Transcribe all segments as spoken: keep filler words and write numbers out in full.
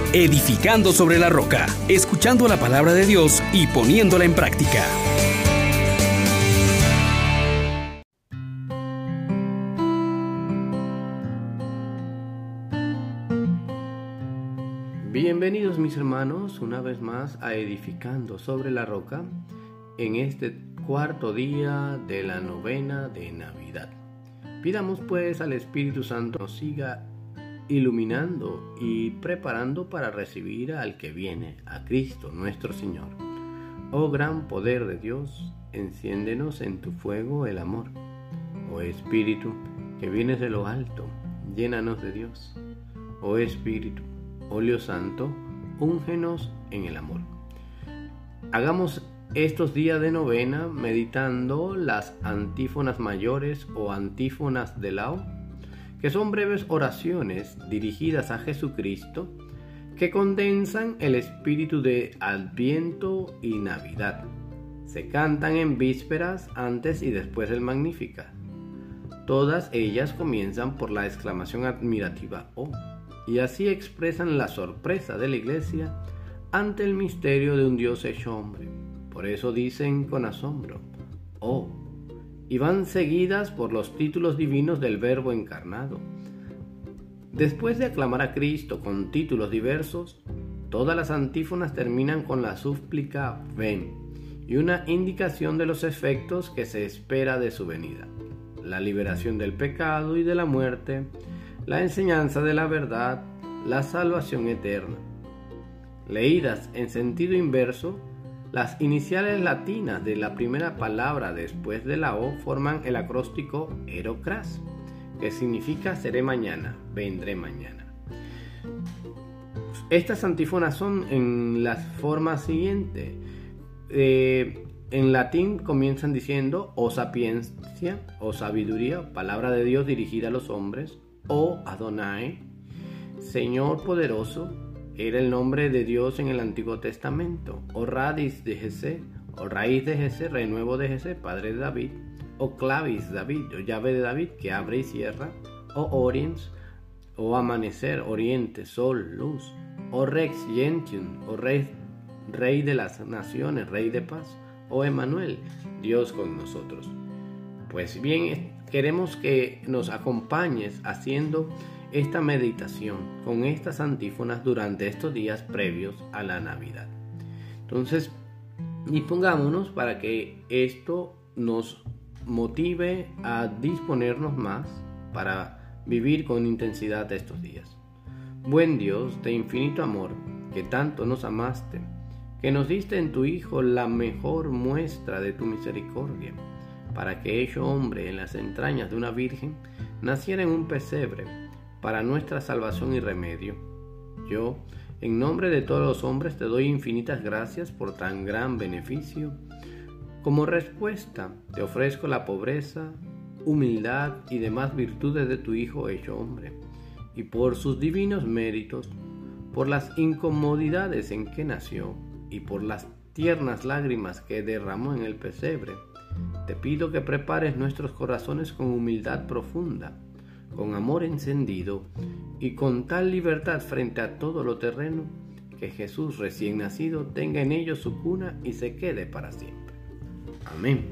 edificando sobre la roca, escuchando la palabra de Dios y poniéndola en práctica. Bienvenidos mis hermanos una vez más a Edificando sobre la Roca en este cuarto día de la novena de Navidad. Pidamos pues al Espíritu Santo nos siga iluminando y preparando para recibir al que viene, a Cristo nuestro Señor. Oh gran poder de Dios, enciéndenos en tu fuego el amor. Oh Espíritu, que vienes de lo alto, llénanos de Dios. Oh Espíritu, óleo santo, úngenos en el amor. Hagamos estos días de novena meditando las antífonas mayores o antífonas de Lao, que son breves oraciones dirigidas a Jesucristo que condensan el espíritu de Adviento y Navidad. Se cantan en vísperas, antes y después del Magnificat. Todas ellas comienzan por la exclamación admirativa «Oh», y así expresan la sorpresa de la Iglesia ante el misterio de un Dios hecho hombre. Por eso dicen con asombro «Oh», y van seguidas por los títulos divinos del Verbo encarnado. Después de aclamar a Cristo con títulos diversos, todas las antífonas terminan con la súplica «Ven» y una indicación de los efectos que se espera de su venida: la liberación del pecado y de la muerte, la enseñanza de la verdad, la salvación eterna. Leídas en sentido inverso, las iniciales latinas de la primera palabra después de la O forman el acróstico Erocras, que significa seré mañana, vendré mañana. Estas antífonas son en las formas siguientes. Eh, en latín comienzan diciendo o sapiencia o sabiduría, palabra de Dios dirigida a los hombres, o Adonai, Señor poderoso, era el nombre de Dios en el Antiguo Testamento, o Radis de Jesé, o raíz de Jesé, renuevo de Jesé, padre de David, o Clavis David, o llave de David, que abre y cierra, o Oriens, o amanecer, oriente, sol, luz, o Rex Gentium, o rey, rey de las naciones, rey de paz, o Emmanuel, Dios con nosotros. Pues bien, queremos que nos acompañes haciendo esta meditación con estas antífonas durante estos días previos a la Navidad. Entonces, dispongámonos para que esto nos motive a disponernos más para vivir con intensidad estos días. Buen Dios de infinito amor, que tanto nos amaste, que nos diste en tu Hijo la mejor muestra de tu misericordia, para que hecho hombre en las entrañas de una virgen, naciera en un pesebre, para nuestra salvación y remedio. Yo, en nombre de todos los hombres, te doy infinitas gracias por tan gran beneficio. Como respuesta, te ofrezco la pobreza, humildad y demás virtudes de tu Hijo hecho hombre, y por sus divinos méritos, por las incomodidades en que nació, y por las tiernas lágrimas que derramó en el pesebre, te pido que prepares nuestros corazones con humildad profunda, con amor encendido y con tal libertad frente a todo lo terreno, que Jesús recién nacido tenga en ellos su cuna y se quede para siempre. Amén.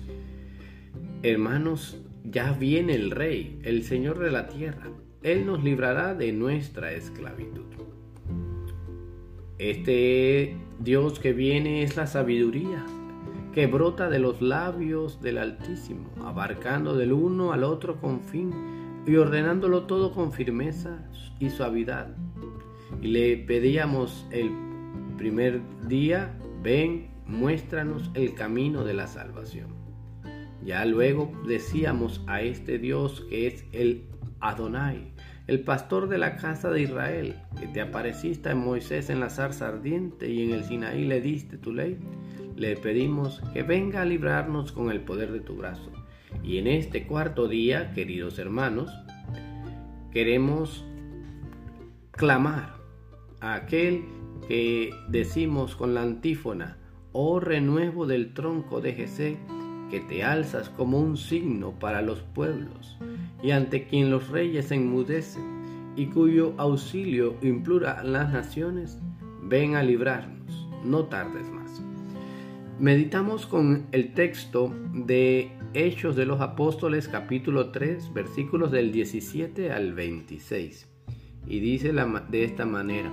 Hermanos, ya viene el Rey, el Señor de la tierra. Él nos librará de nuestra esclavitud. Este Dios que viene es la sabiduría, que brota de los labios del Altísimo, abarcando del uno al otro con fin y ordenándolo todo con firmeza y suavidad. Y le pedíamos el primer día: ven, muéstranos el camino de la salvación. Ya luego decíamos a este Dios que es el Adonai, el pastor de la casa de Israel, que te apareciste a Moisés en la zarza ardiente y en el Sinaí le diste tu ley. Le pedimos que venga a librarnos con el poder de tu brazo. Y en este cuarto día, queridos hermanos, queremos clamar a aquel que decimos con la antífona: oh renuevo del tronco de Jesé, que te alzas como un signo para los pueblos, y ante quien los reyes enmudecen, y cuyo auxilio implora las naciones, ven a librarnos, no tardes más. Meditamos con el texto de Hechos de los Apóstoles, capítulo tres, versículos del diecisiete al veintiséis, y dice de esta manera: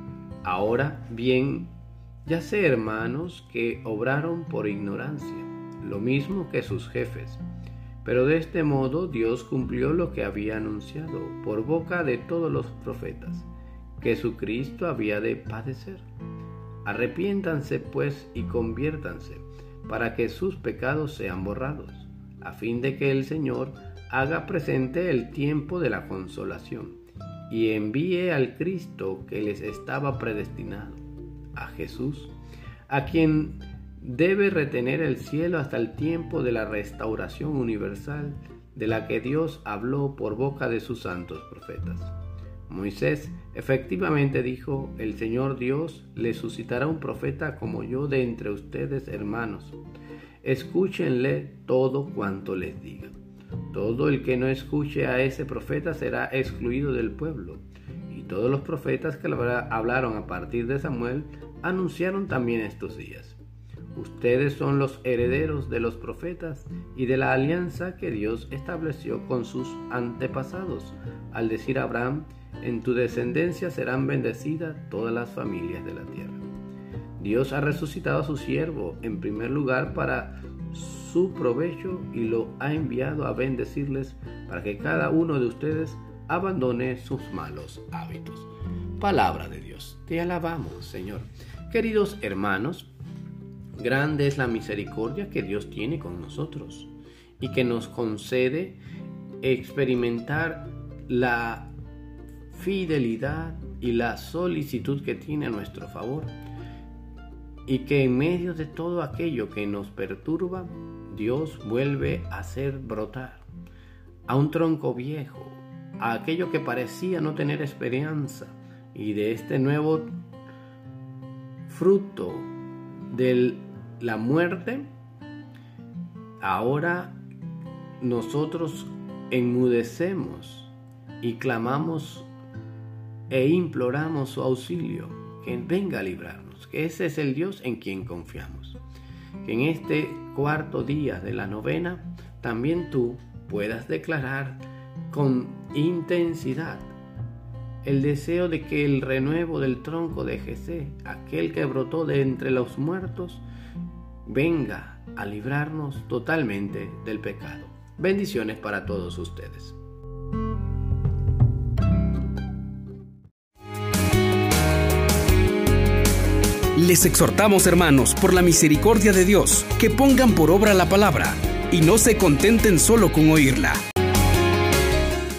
ahora bien, ya sé, hermanos, que obraron por ignorancia, lo mismo que sus jefes, pero de este modo Dios cumplió lo que había anunciado por boca de todos los profetas, que su Cristo había de padecer. Arrepiéntanse pues y conviértanse, para que sus pecados sean borrados, a fin de que el Señor haga presente el tiempo de la consolación, y envíe al Cristo que les estaba predestinado, a Jesús, a quien debe retener el cielo hasta el tiempo de la restauración universal de la que Dios habló por boca de sus santos profetas. Moisés efectivamente dijo: el Señor Dios le suscitará un profeta como yo de entre ustedes, hermanos. Escúchenle todo cuanto les diga. Todo el que no escuche a ese profeta será excluido del pueblo. Y todos los profetas que hablaron a partir de Samuel anunciaron también estos días. Ustedes son los herederos de los profetas y de la alianza que Dios estableció con sus antepasados, al decir a Abraham: en tu descendencia serán bendecidas todas las familias de la tierra. Dios ha resucitado a su siervo en primer lugar para su provecho y lo ha enviado a bendecirles para que cada uno de ustedes abandone sus malos hábitos. Palabra de Dios. Te alabamos, Señor. Queridos hermanos, grande es la misericordia que Dios tiene con nosotros y que nos concede experimentar la fidelidad y la solicitud que tiene a nuestro favor, y que en medio de todo aquello que nos perturba, Dios vuelve a hacer brotar a un tronco viejo, a aquello que parecía no tener esperanza, y de este nuevo fruto de la muerte, ahora nosotros enmudecemos y clamamos e imploramos su auxilio, que venga a librarnos, que ese es el Dios en quien confiamos. Que en este cuarto día de la novena también tú puedas declarar con intensidad el deseo de que el renuevo del tronco de Jesé, aquel que brotó de entre los muertos, venga a librarnos totalmente del pecado. Bendiciones para todos ustedes. Les exhortamos, hermanos, por la misericordia de Dios, que pongan por obra la palabra y no se contenten solo con oírla.